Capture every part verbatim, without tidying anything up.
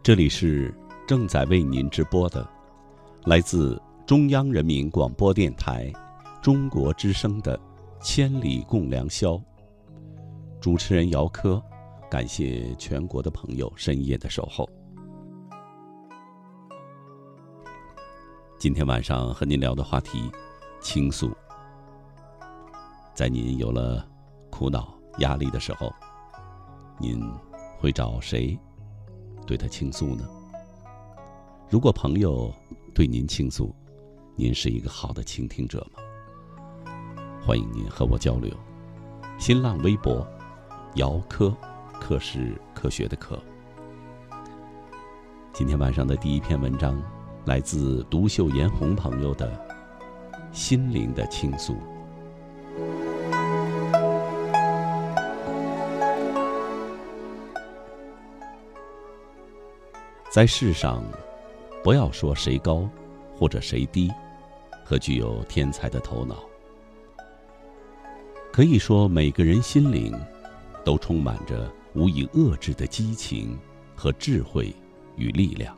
这里是正在为您直播的，来自中央人民广播电台中国之声的《千里共良宵》，主持人姚科，感谢全国的朋友深夜的守候。今天晚上和您聊的话题，倾诉。在您有了苦恼、压力的时候，您会找谁对他倾诉呢？如果朋友对您倾诉，您是一个好的倾听者吗？欢迎您和我交流。新浪微博姚科，科是科学的科。今天晚上的第一篇文章来自独秀颜红朋友的心灵的倾诉。在世上，不要说谁高或者谁低，和具有天才的头脑。可以说，每个人心灵都充满着无以遏制的激情和智慧与力量。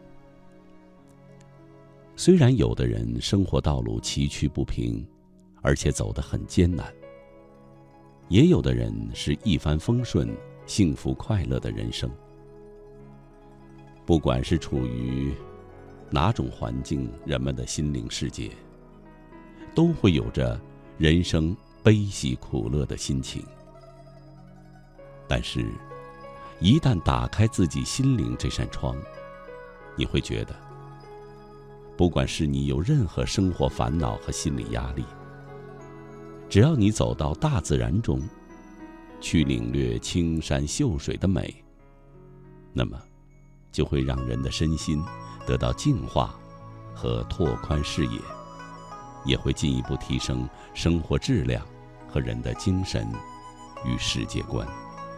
虽然有的人生活道路崎岖不平，而且走得很艰难，也有的人是一帆风顺、幸福快乐的人生。不管是处于哪种环境，人们的心灵世界都会有着人生悲喜苦乐的心情。但是一旦打开自己心灵这扇窗，你会觉得，不管是你有任何生活烦恼和心理压力，只要你走到大自然中，去领略青山秀水的美，那么就会让人的身心得到净化和拓宽视野，也会进一步提升生活质量和人的精神与世界观。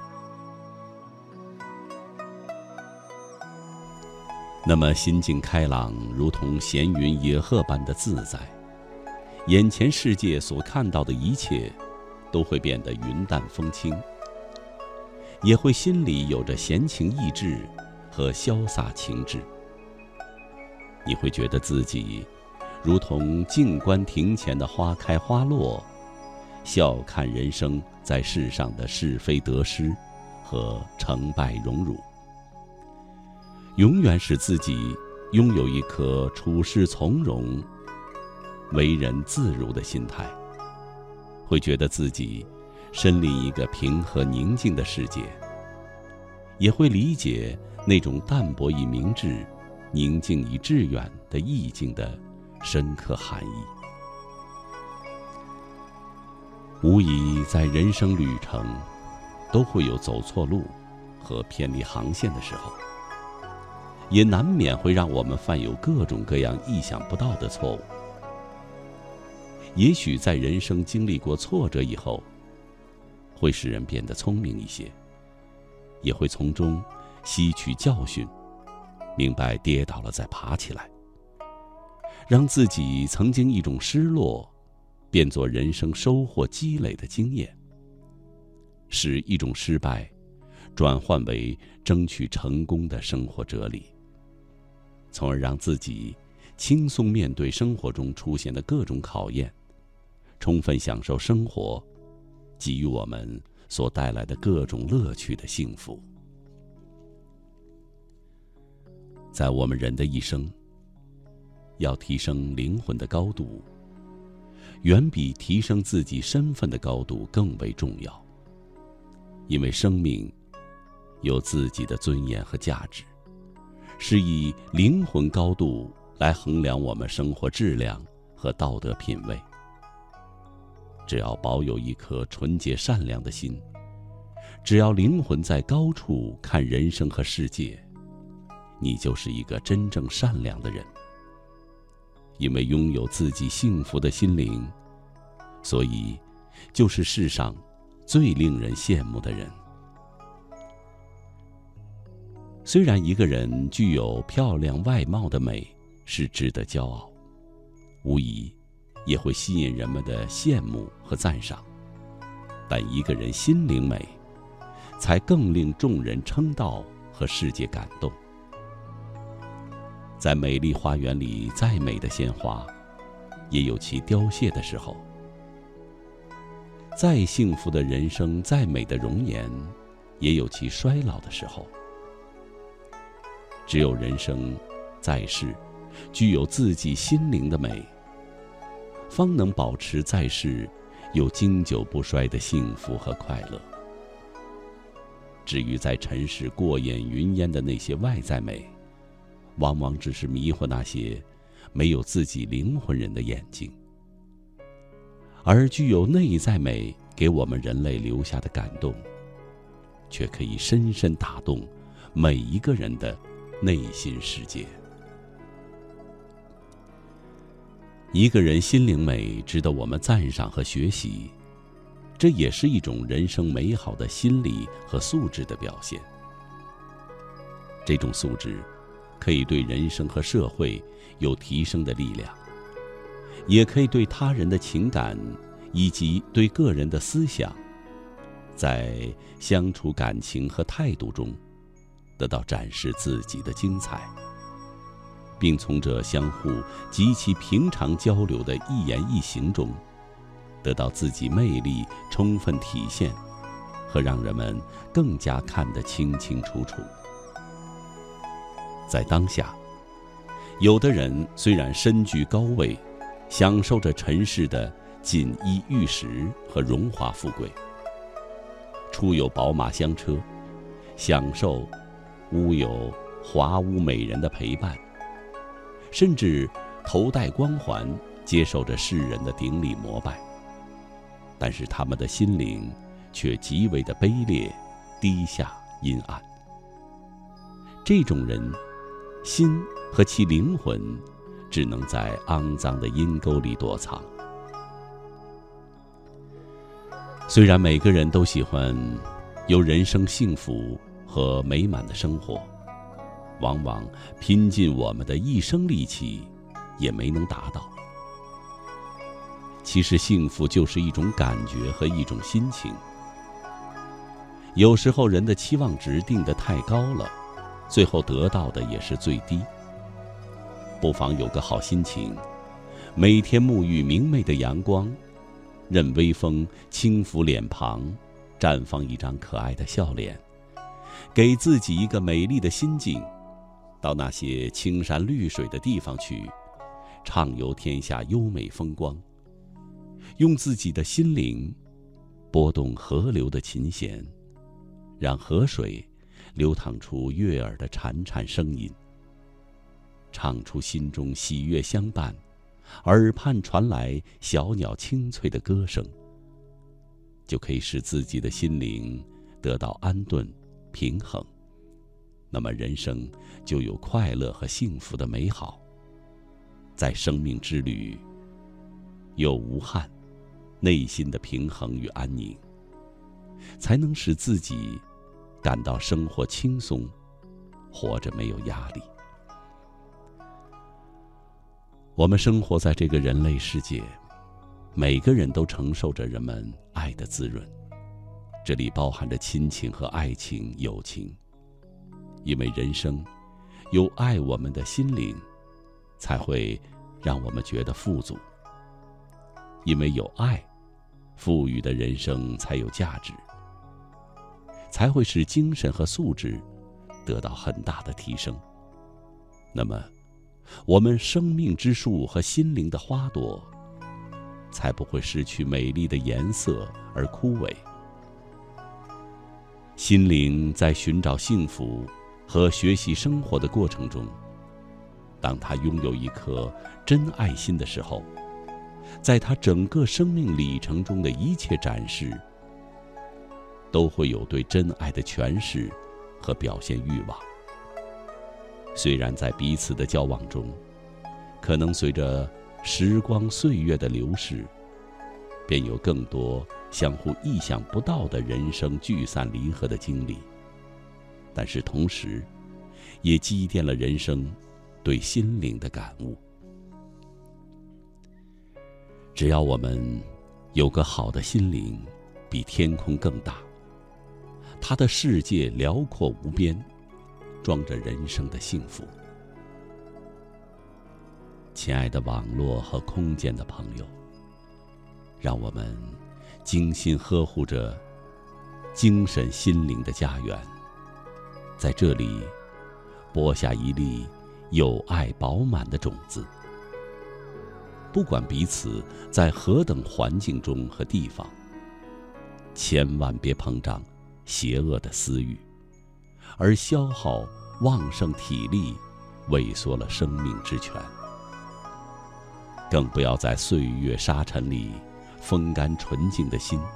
那么心境开朗，如同闲云野鹤般的自在，眼前世界所看到的一切都会变得云淡风轻，也会心里有着闲情逸致和潇洒情致。你会觉得自己如同静观庭前的花开花落，笑看人生在世上的是非得失和成败荣辱，永远使自己拥有一颗处事从容、为人自如的心态，会觉得自己身临一个平和宁静的世界，也会理解那种淡泊以明志、宁静以致远的意境的深刻含义。无疑在人生旅程都会有走错路和偏离航线的时候，也难免会让我们犯有各种各样意想不到的错误。也许在人生经历过挫折以后，会使人变得聪明一些，也会从中吸取教训，明白跌倒了再爬起来，让自己曾经一种失落变作人生收获积累的经验，使一种失败转换为争取成功的生活哲理，从而让自己轻松面对生活中出现的各种考验，充分享受生活给予我们所带来的各种乐趣的幸福。在我们人的一生，要提升灵魂的高度，远比提升自己身份的高度更为重要。因为生命有自己的尊严和价值，是以灵魂高度来衡量我们生活质量和道德品位。只要保有一颗纯洁善良的心，只要灵魂在高处看人生和世界，你就是一个真正善良的人。因为拥有自己幸福的心灵，所以就是世上最令人羡慕的人。虽然一个人具有漂亮外貌的美是值得骄傲，无疑也会吸引人们的羡慕和赞赏，但一个人心灵美，才更令众人称道和世界感动。 在美丽花园里，再美的鲜花，也有其凋谢的时候；再幸福的人生，再美的容颜，也有其衰老的时候。只有人生在世，具有自己心灵的美，方能保持在世有经久不衰的幸福和快乐。至于在尘世过眼云烟的那些外在美，往往只是迷惑那些没有自己灵魂人的眼睛，而具有内在美给我们人类留下的感动，却可以深深打动每一个人的内心世界。一个人心灵美值得我们赞赏和学习，这也是一种人生美好的心理和素质的表现。这种素质可以对人生和社会有提升的力量，也可以对他人的情感以及对个人的思想，在相处感情和态度中得到展示自己的精彩，并从这相互极其平常交流的一言一行中，得到自己魅力充分体现，和让人们更加看得清清楚楚。在当下，有的人虽然身居高位，享受着尘世的锦衣玉食和荣华富贵，出有宝马香车，享受屋有华屋美人的陪伴，甚至头戴光环，接受着世人的顶礼膜拜，但是他们的心灵却极为的卑劣、低下、阴暗。这种人心和其灵魂只能在肮脏的阴沟里躲藏。虽然每个人都喜欢有人生幸福和美满的生活，往往拼尽我们的一生力气也没能达到。其实幸福就是一种感觉和一种心情。有时候人的期望值定得太高了，最后得到的也是最低。不妨有个好心情，每天沐浴明媚的阳光，任微风轻拂脸庞，绽放一张可爱的笑脸，给自己一个美丽的心境，到那些青山绿水的地方去，畅游天下优美风光，用自己的心灵拨动河流的琴弦，让河水流淌出悦耳的潺潺声音，唱出心中喜悦相伴，耳畔传来小鸟清脆的歌声，就可以使自己的心灵得到安顿平衡。那么人生就有快乐和幸福的美好，在生命之旅有无憾，内心的平衡与安宁，才能使自己感到生活轻松，活着没有压力。我们生活在这个人类世界，每个人都承受着人们爱的滋润，这里包含着亲情和爱情、友情。因为人生有爱我们的心灵，才会让我们觉得富足。因为有爱，富裕的人生才有价值，才会使精神和素质得到很大的提升。那么我们生命之树和心灵的花朵，才不会失去美丽的颜色而枯萎。心灵在寻找幸福和学习生活的过程中，当他拥有一颗真爱心的时候，在他整个生命里程中的一切展示，都会有对真爱的诠释和表现欲望。虽然在彼此的交往中，可能随着时光岁月的流逝，便有更多相互意想不到的人生聚散离合的经历，但是同时也积淀了人生对心灵的感悟。只要我们有个好的心灵，比天空更大，它的世界辽阔无边，装着人生的幸福。 亲爱的网络和空间的朋友，让我们精心呵护着精神心灵的家园，在这里播下一粒有爱饱满的种子。不管彼此在何等环境中和地方，千万别膨胀邪恶的私欲，而消耗旺盛体力，萎缩了生命之泉。更不要在岁月沙尘里风干纯净的心。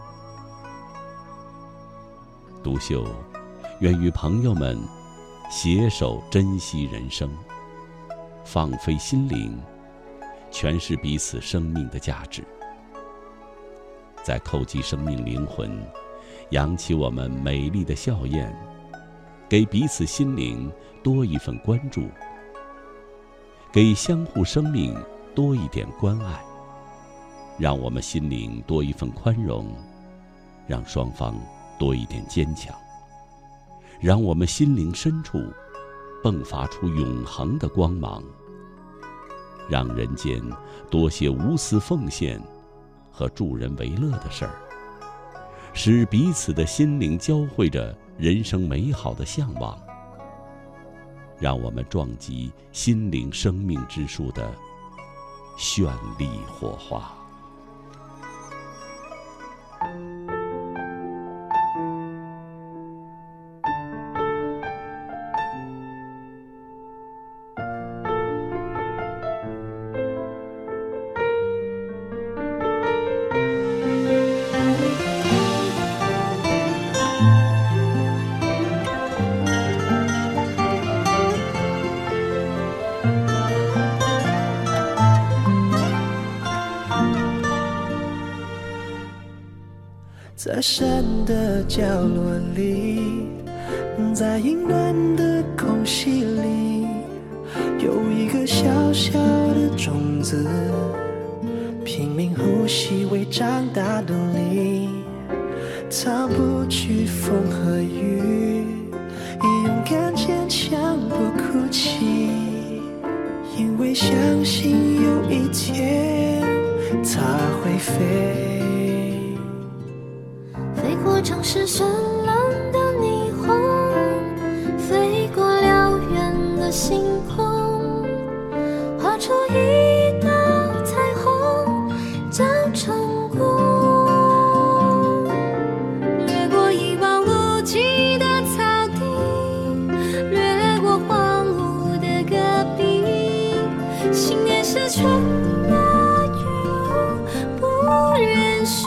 独秀愿与朋友们携手珍惜人生，放飞心灵，诠释彼此生命的价值，在叩击生命灵魂，扬起我们美丽的笑靥，给彼此心灵多一份关注，给相互生命多一点关爱，让我们心灵多一份宽容，让双方多一点坚强，让我们心灵深处迸发出永恒的光芒，让人间多些无私奉献和助人为乐的事儿，使彼此的心灵交汇着人生美好的向往，让我们撞击心灵生命之树的绚丽火花。 在山的角落里，在阴暖的空隙里，有一个小小的种子，拼命呼吸为长大努力，藏不去风和雨，勇敢坚强不哭泣，因为相信有一天它会飞。 飞过城市绚烂的霓虹，飞过辽远的星空，画出一道彩虹叫成功。掠过一望无际的草地，掠过荒芜的戈壁，信念是春的雨露不认输。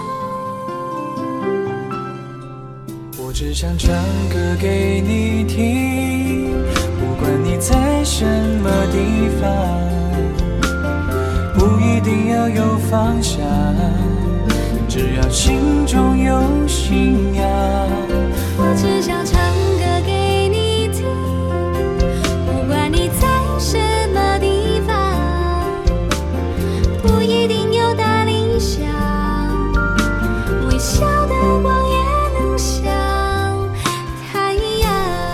我只想唱歌给你听，不管你在什么地方，不一定要有方向，只要心中有信仰。 我只想唱歌给你听，不管你在什么地方，不一定有大理想，微笑的光也能像太阳。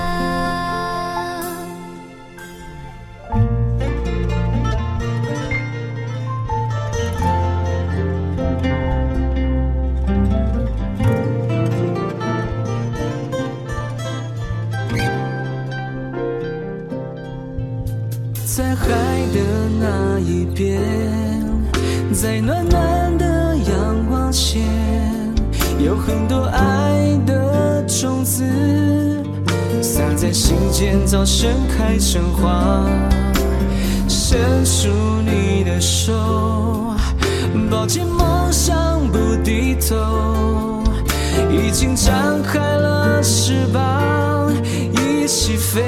在海的那一边，在暖暖的阳光下，有很多爱的种子，撒在心间，早盛开成花。伸出你的手，抱紧梦想不低头，已经张开了翅膀，一起飞。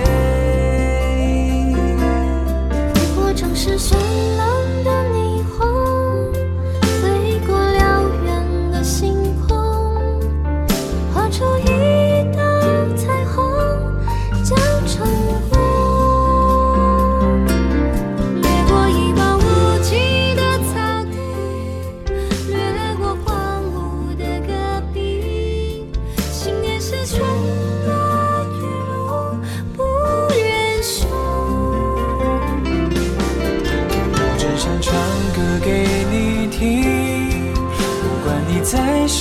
城市绚烂的霓虹，飞过辽远的星空，画出一道彩虹叫成功。掠过一望无际的草地，掠过荒芜的戈壁，信念是春的雨露不认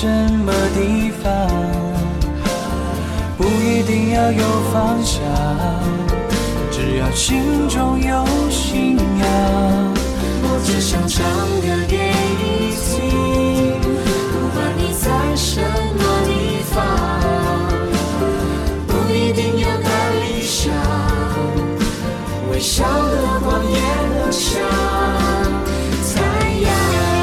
什么地方，不一定要有方向，只要心中有信仰。我只想唱歌给你听，不管你在什么地方，不一定有大理想，微笑的光也能像太阳。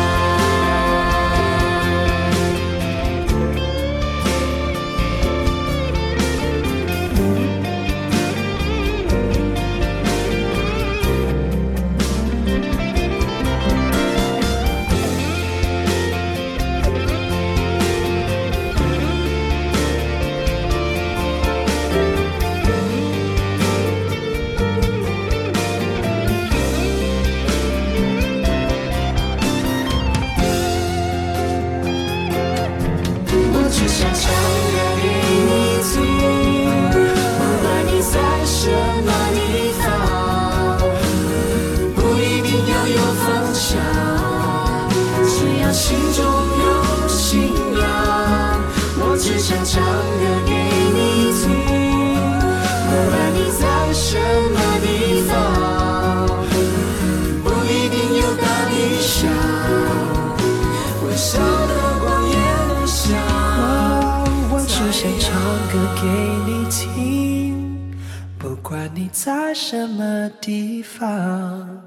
心中有信仰，我只想唱歌给你听，不管你在什么地方，不一定有大理想，微笑的光也能像。我只想唱歌给你听，不管你在什么地方。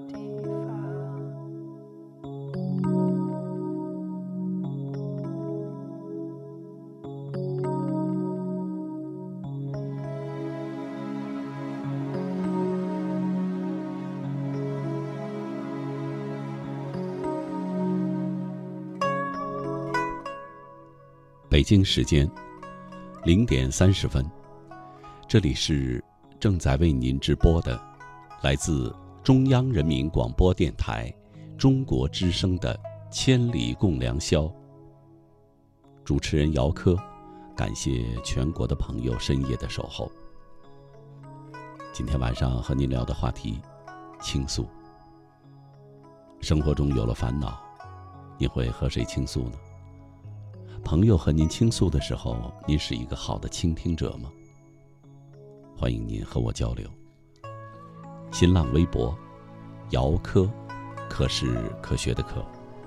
北京时间零点三十分，这里是正在为您直播的来自中央人民广播电台中国之声的千里共良宵。主持人姚科，感谢全国的朋友深夜的守候。今天晚上和您聊的话题，倾诉。生活中有了烦恼，你会和谁倾诉呢？朋友和您倾诉的时候，您是一个好的倾听者吗？欢迎您和我交流。新浪微博姚科，科是科学的科。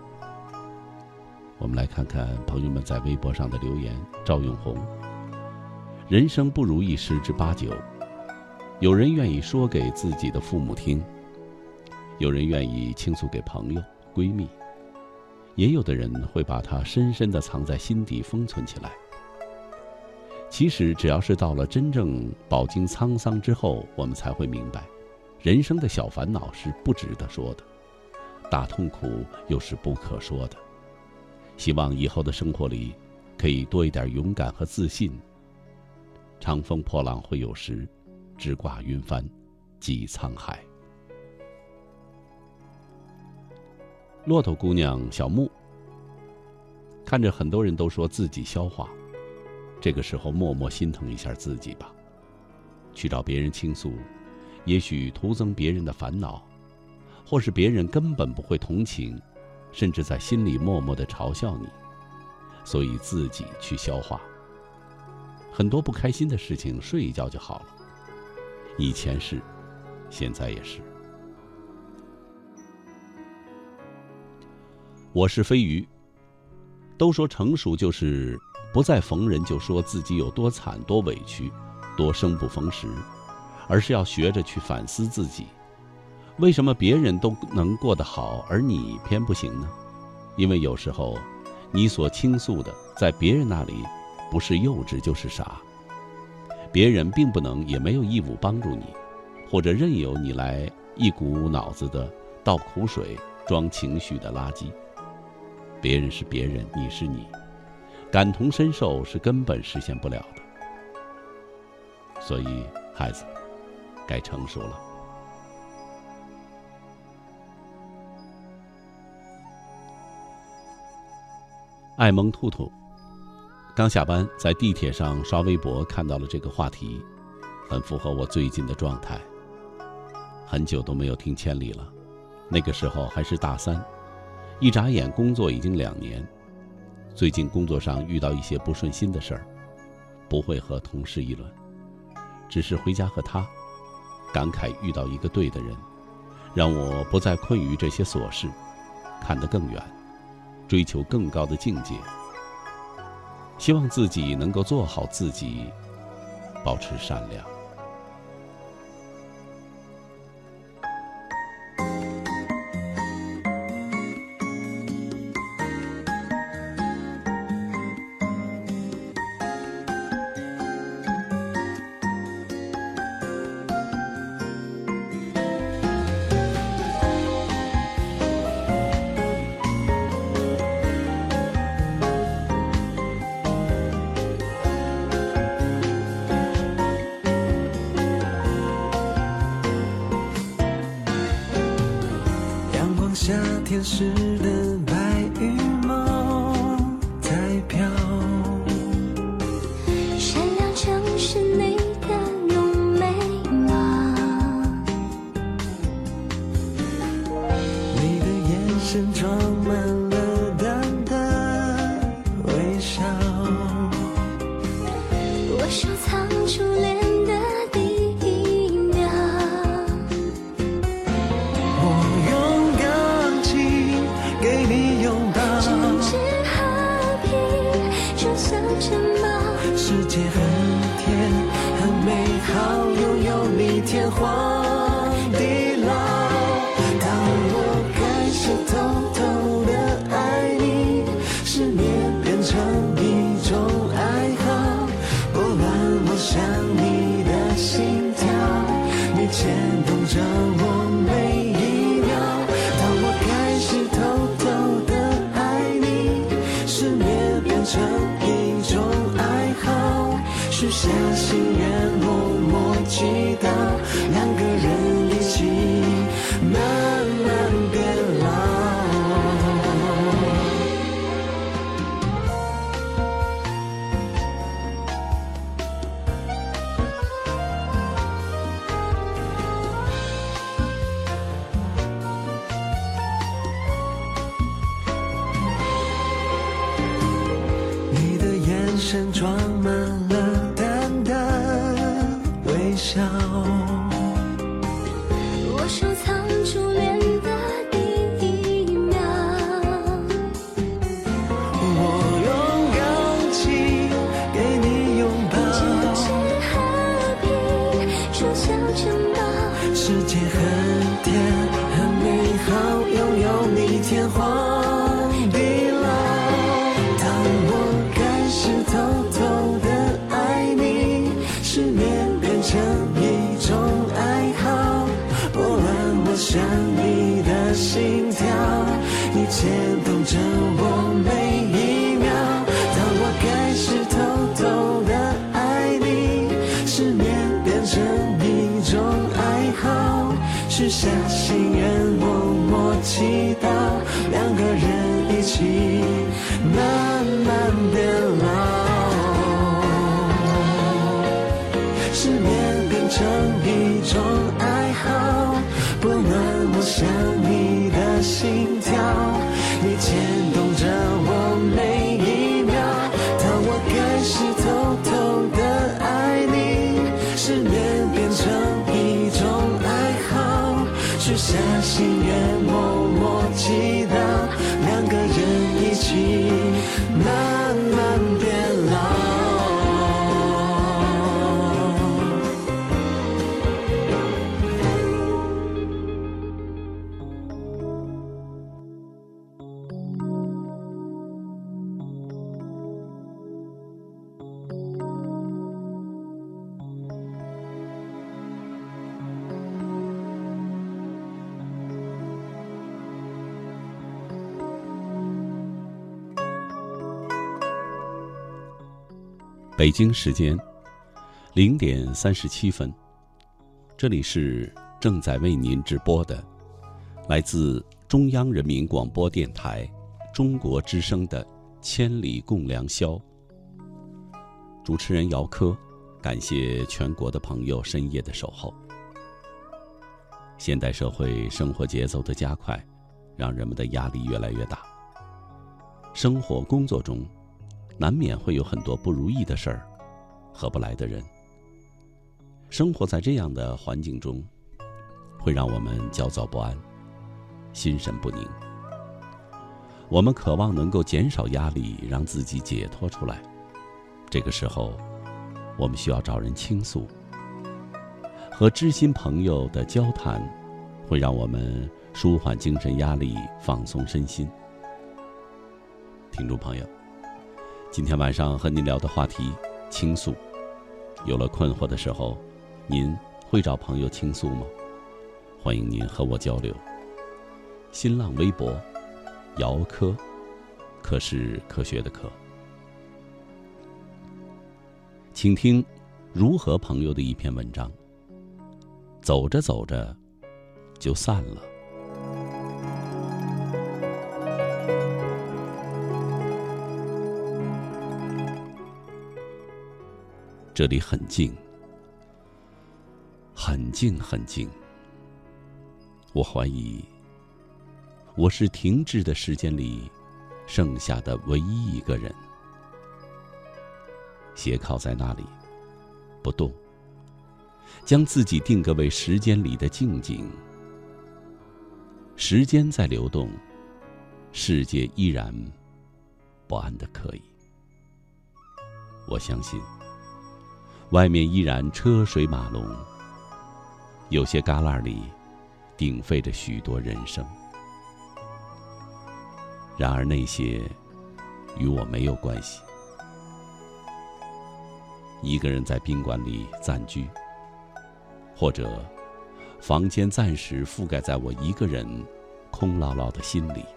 我们来看看朋友们在微博上的留言。赵永红，人生不如意十之八九，有人愿意说给自己的父母听，有人愿意倾诉给朋友闺蜜，也有的人会把它深深地藏在心底封存起来。其实只要是到了真正饱经沧桑之后，我们才会明白，人生的小烦恼是不值得说的，大痛苦又是不可说的。希望以后的生活里可以多一点勇敢和自信。长风破浪会有时，直挂云帆济沧海。骆驼姑娘小木，看着很多人都说自己消化，这个时候默默心疼一下自己吧。去找别人倾诉，也许徒增别人的烦恼，或是别人根本不会同情，甚至在心里默默地嘲笑你，所以自己去消化。很多不开心的事情睡一觉就好了，以前是，现在也是。我是飞鱼。都说成熟就是不再逢人就说自己有多惨多委屈多生不逢时，而是要学着去反思自己，为什么别人都能过得好而你偏不行呢？因为有时候你所倾诉的在别人那里不是幼稚就是傻，别人并不能也没有义务帮助你，或者任由你来一股脑子的倒苦水装情绪的垃圾。别人是别人，你是你，感同身受是根本实现不了的。所以孩子该成熟了。爱萌兔兔刚下班，在地铁上刷微博看到了这个话题，很符合我最近的状态。很久都没有听千里了，那个时候还是大三，一眨眼工作已经两年。 最近工作上遇到一些不顺心的事儿，不会和同事议论，只是回家和他感慨遇到一个对的人，让我不再困于这些琐事，看得更远，追求更高的境界。希望自己能够做好自己，保持善良。 夏天时的白羽毛在飘， 闪亮城市你的浓眉毛， 你的眼神装满了淡淡微笑， 我收藏初恋的第一秒， 我勇敢给你拥抱， 正值和平，说小城堡， 世界很甜很美好，拥有你天荒地老。当我开始偷偷的爱你，失眠变成一种爱好，不乱我想你的心跳，你牵动着我每一秒。当我开始偷偷的爱你，失眠变成一种爱好，许下心愿默默祈祷，两个人一起慢慢变老。你的眼神装满了淡淡微笑， 我收藏初恋的第一秒， 我用钢琴给你拥抱， 正值和平，说小城堡， 世界很甜很美好，拥有你天荒地老。当我开始偷偷的爱你，失眠变成一种爱好，不乱我想你的心跳，你牵动着我每一秒。当我开始偷偷的爱你，失眠变成一种爱好，许下心愿默默祈祷，两个人一起慢慢变老。失眠变成一种爱好，不乱我想你的心跳，你牵动着我每一秒。当我开始偷偷的爱你，失眠变成一种爱好，许下心愿默默祈祷，两个人一起慢慢变老。 北京时间零点三十七分，这里是正在为您直播的来自中央人民广播电台中国之声的《千里共良宵》，主持人姚科，感谢全国的朋友深夜的守候。现代社会生活节奏的加快，让人们的压力越来越大。 生活工作中，难免会有很多不如意的事儿，合不来的人。生活在这样的环境中，会让我们焦躁不安，心神不宁。我们渴望能够减少压力，让自己解脱出来。这个时候，我们需要找人倾诉。和知心朋友的交谈，会让我们舒缓精神压力，放松身心。听众朋友，今天晚上和您聊的话题，倾诉。有了困惑的时候，您会找朋友倾诉吗？欢迎您和我交流。新浪微博姚科，科是科学的科。请听如何朋友的一篇文章。走着走着就散了。这里很静，很静很静。我怀疑，我是停滞的时间里剩下的唯一一个人。斜靠在那里，不动，将自己定格为时间里的静景。时间在流动，世界依然不安的可以。我相信，外面依然车水马龙，有些旮旯里鼎沸着许多人生。然而那些与我没有关系。一个人在宾馆里暂居，或者房间暂时覆盖在我一个人空落落的心里。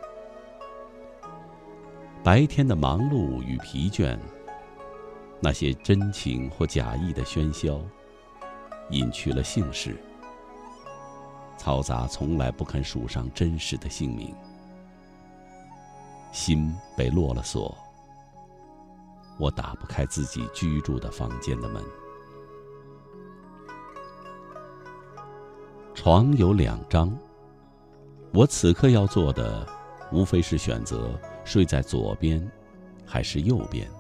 白天的忙碌与疲倦，那些真情或假意的喧嚣，隐去了姓氏，嘈杂从来不肯数上真实的姓名。心被落了锁，我打不开自己居住的房间的门。床有两张，我此刻要做的，无非是选择睡在左边还是右边。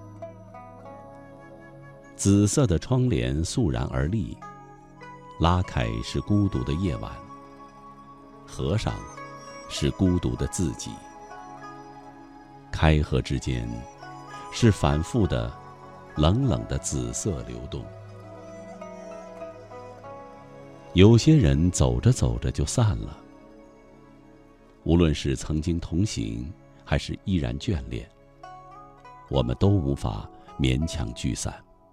紫色的窗帘肃然而立，拉开是孤独的夜晚，合上是孤独的自己。开合之间，是反复的冷冷的紫色流动。有些人走着走着就散了，无论是曾经同行，还是依然眷恋，我们都无法勉强聚散。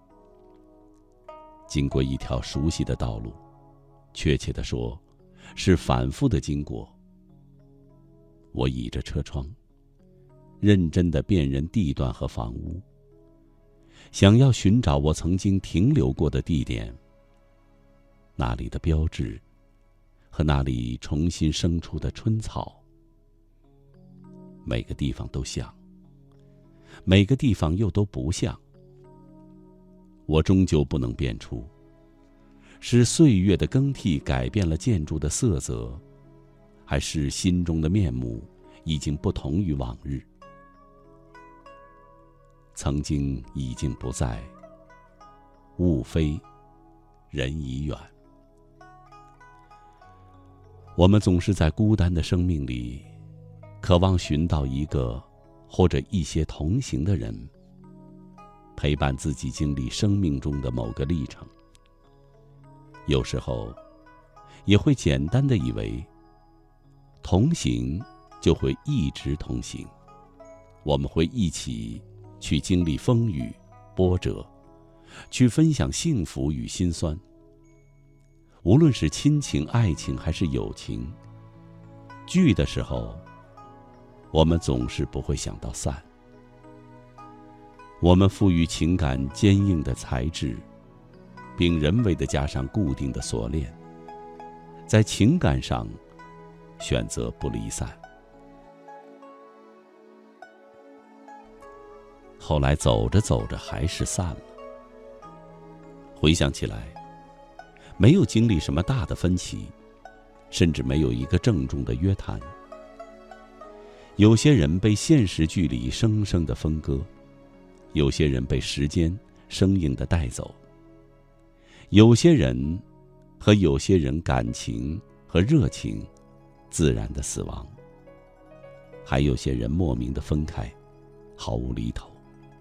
经过一条熟悉的道路，确切地说，是反复的经过。我倚着车窗，认真地辨认地段和房屋，想要寻找我曾经停留过的地点，那里的标志和那里重新生出的春草。每个地方都像，每个地方又都不像。我终究不能辨出，是岁月的更替改变了建筑的色泽，还是心中的面目已经不同于往日。曾经已经不在，物非，人已远。我们总是在孤单的生命里，渴望寻到一个或者一些同行的人，陪伴自己经历生命中的某个历程。有时候也会简单的以为，同行就会一直同行，我们会一起去经历风雨波折，去分享幸福与辛酸。无论是亲情、爱情还是友情，聚的时候，我们总是不会想到散。我们赋予情感坚硬的材质，并人为地加上固定的锁链，在情感上选择不离散。后来走着走着还是散了。回想起来，没有经历什么大的分歧，甚至没有一个郑重的约谈。 有些人被现实距离生生的分割，有些人被时间生硬的带走，有些人和有些人感情和热情自然的死亡，还有些人莫名的分开，毫无厘头。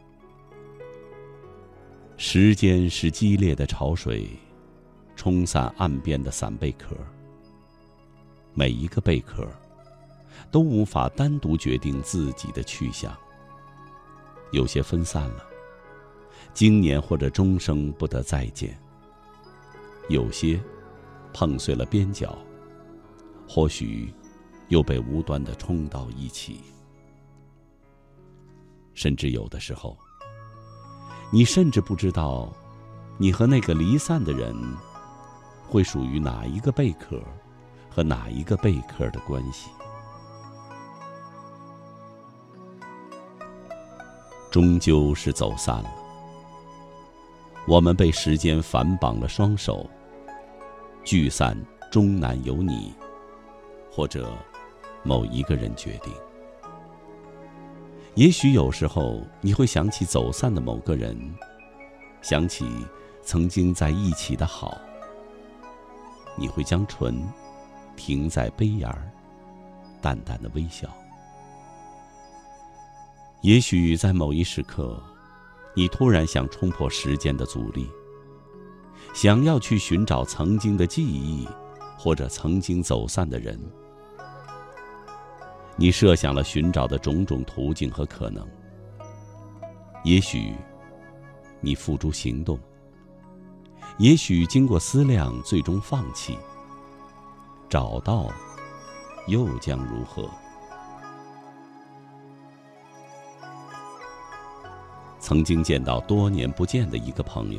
时间是激烈的潮水，冲散岸边的散贝壳，每一个贝壳都无法单独决定自己的去向，有些分散了，经年或者终生不得再见，有些碰碎了边角，或许又被无端地冲到一起。甚至有的时候，你甚至不知道你和那个离散的人会属于哪一个贝壳和哪一个贝壳的关系。终究是走散了，我们被时间反绑了双手，聚散终难由你或者某一个人决定。也许有时候你会想起走散的某个人，想起曾经在一起的好，你会将唇停在杯沿儿，淡淡的微笑。也许在某一时刻，你突然想冲破时间的阻力，想要去寻找曾经的记忆，或者曾经走散的人。你设想了寻找的种种途径和可能，也许你付诸行动，也许经过思量最终放弃，找到又将如何？曾经见到多年不见的一个朋友，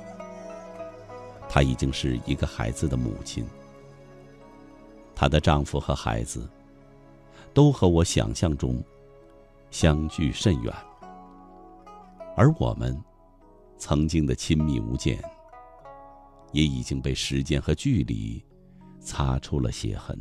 她已经是一个孩子的母亲，她的丈夫和孩子都和我想象中相距甚远，而我们曾经的亲密无间，也已经被时间和距离擦出了血痕。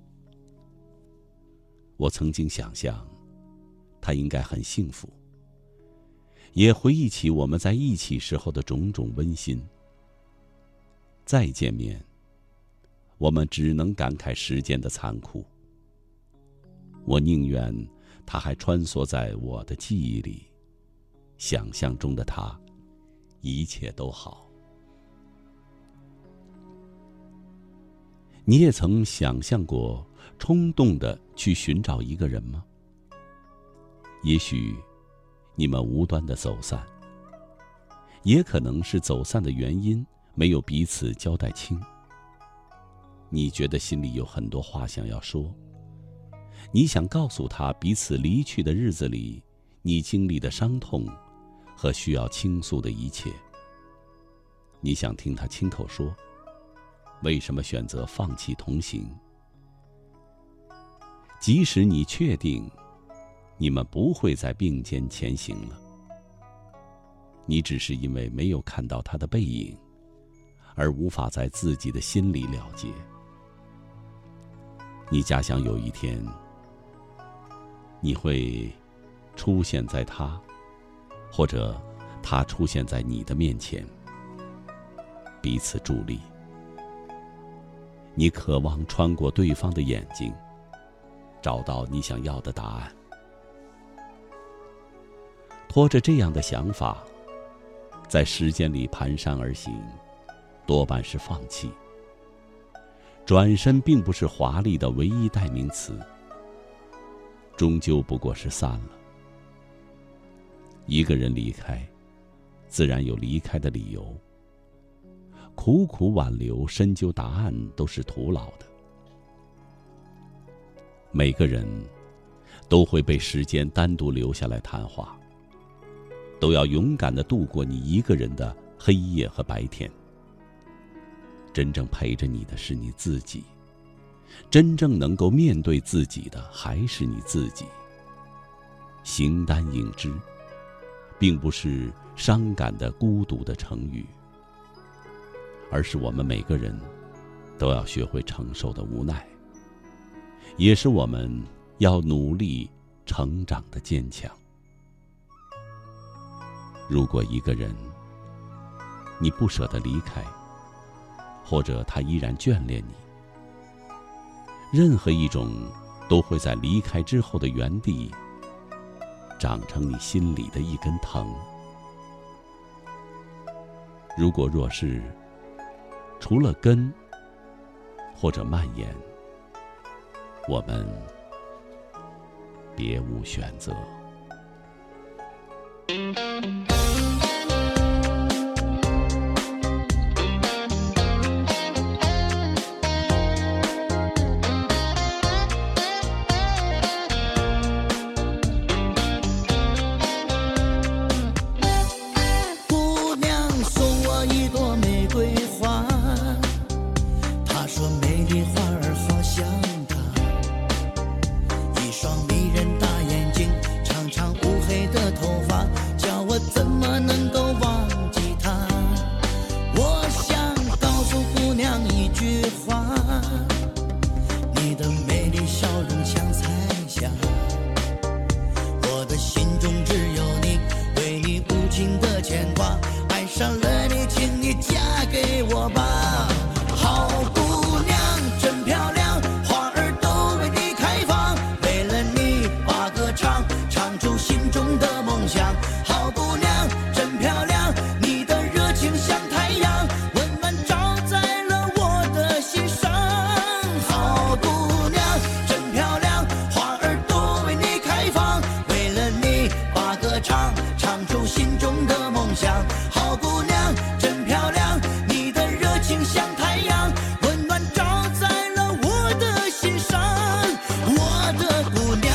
我曾经想象她应该很幸福，也回忆起我们在一起时候的种种温馨。再见面，我们只能感慨时间的残酷。我宁愿他还穿梭在我的记忆里，想象中的他一切都好。你也曾想象过冲动地去寻找一个人吗？也许你们无端的走散，也可能是走散的原因没有彼此交代清。你觉得心里有很多话想要说，你想告诉他彼此离去的日子里你经历的伤痛和需要倾诉的一切。你想听他亲口说为什么选择放弃同行，即使你确定你们不会再并肩前行了，你只是因为没有看到他的背影而无法在自己的心里了结。你假想有一天你会出现在他，或者他出现在你的面前，彼此助力。你渴望穿过对方的眼睛，找到你想要的答案。拖着这样的想法，在时间里蹒跚而行，多半是放弃。转身并不是华丽的唯一代名词，终究不过是散了。一个人离开，自然有离开的理由。苦苦挽留、深究答案都是徒劳的。每个人都会被时间单独留下来谈话，都要勇敢地度过你一个人的黑夜和白天。真正陪着你的是你自己，真正能够面对自己的还是你自己。形单影只，并不是伤感的孤独的成语，而是我们每个人都要学会承受的无奈，也是我们要努力成长的坚强。如果一个人你不舍得离开，或者他依然眷恋你，任何一种都会在离开之后的原地长成你心里的一根藤。如果若是除了根或者蔓延，我们别无选择。 姑娘送我一朵玫瑰花，她说美丽花儿好像她，一双迷人大眼睛，长长乌黑的头发，叫我怎么能够忘记她。我想告诉姑娘一句话，你的美丽笑容像彩霞，我的心中只有你，为你无尽的牵挂，爱上了你，请你嫁给我吧。好姑娘真漂亮，花儿都为你开放，为了你把歌唱，唱出心中的梦想。好姑娘真漂亮，你的热情像太阳，温暖照在了我的心上。好姑娘真漂亮，花儿都为你开放，为了你把歌唱，唱出心中的梦想。好姑娘真漂亮，你的热情像太阳，温暖照在了我的心上。我的姑娘，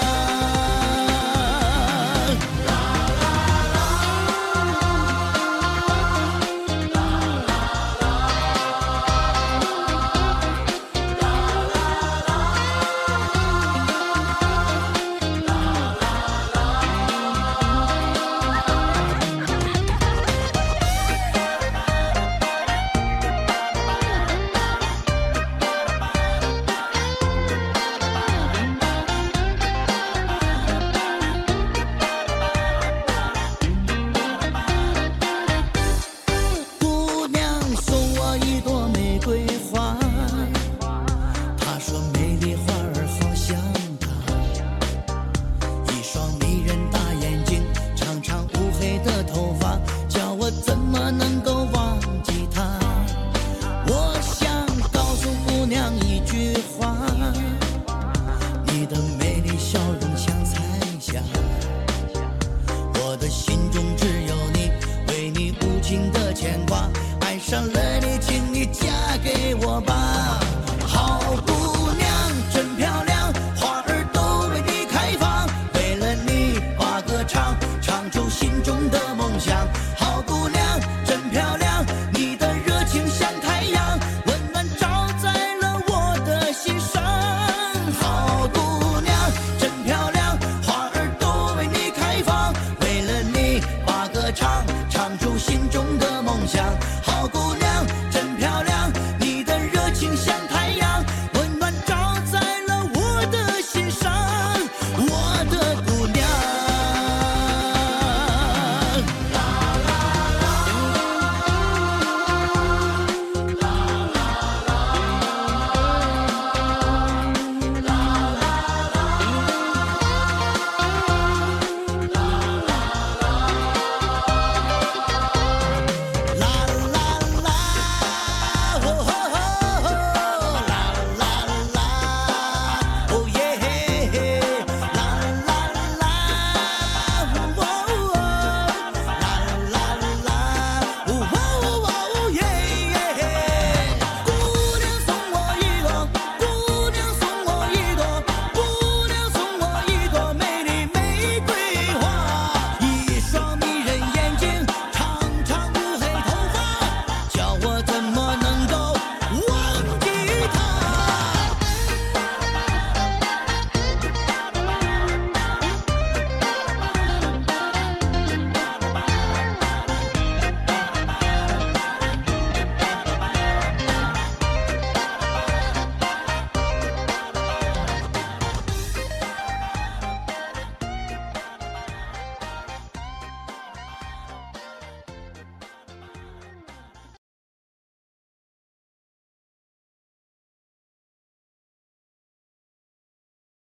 姑娘送我一朵玫瑰花，她说美丽花儿好像她，一双迷人大眼睛，长长乌黑的头发，叫我怎么能够忘记她。我想告诉姑娘一句话，你的美丽笑容像彩霞，我的心中只有你，为你无尽的牵挂，爱上了你，请你嫁给我吧。好姑娘真漂亮，花儿都为你开放，为了你把歌唱，唱出心中的梦想。好姑娘真漂亮，你的热情像太阳，温暖照在了我的心上。好姑娘真漂亮，花儿都为你开放，为了你把歌唱，唱出心中的梦想。好姑娘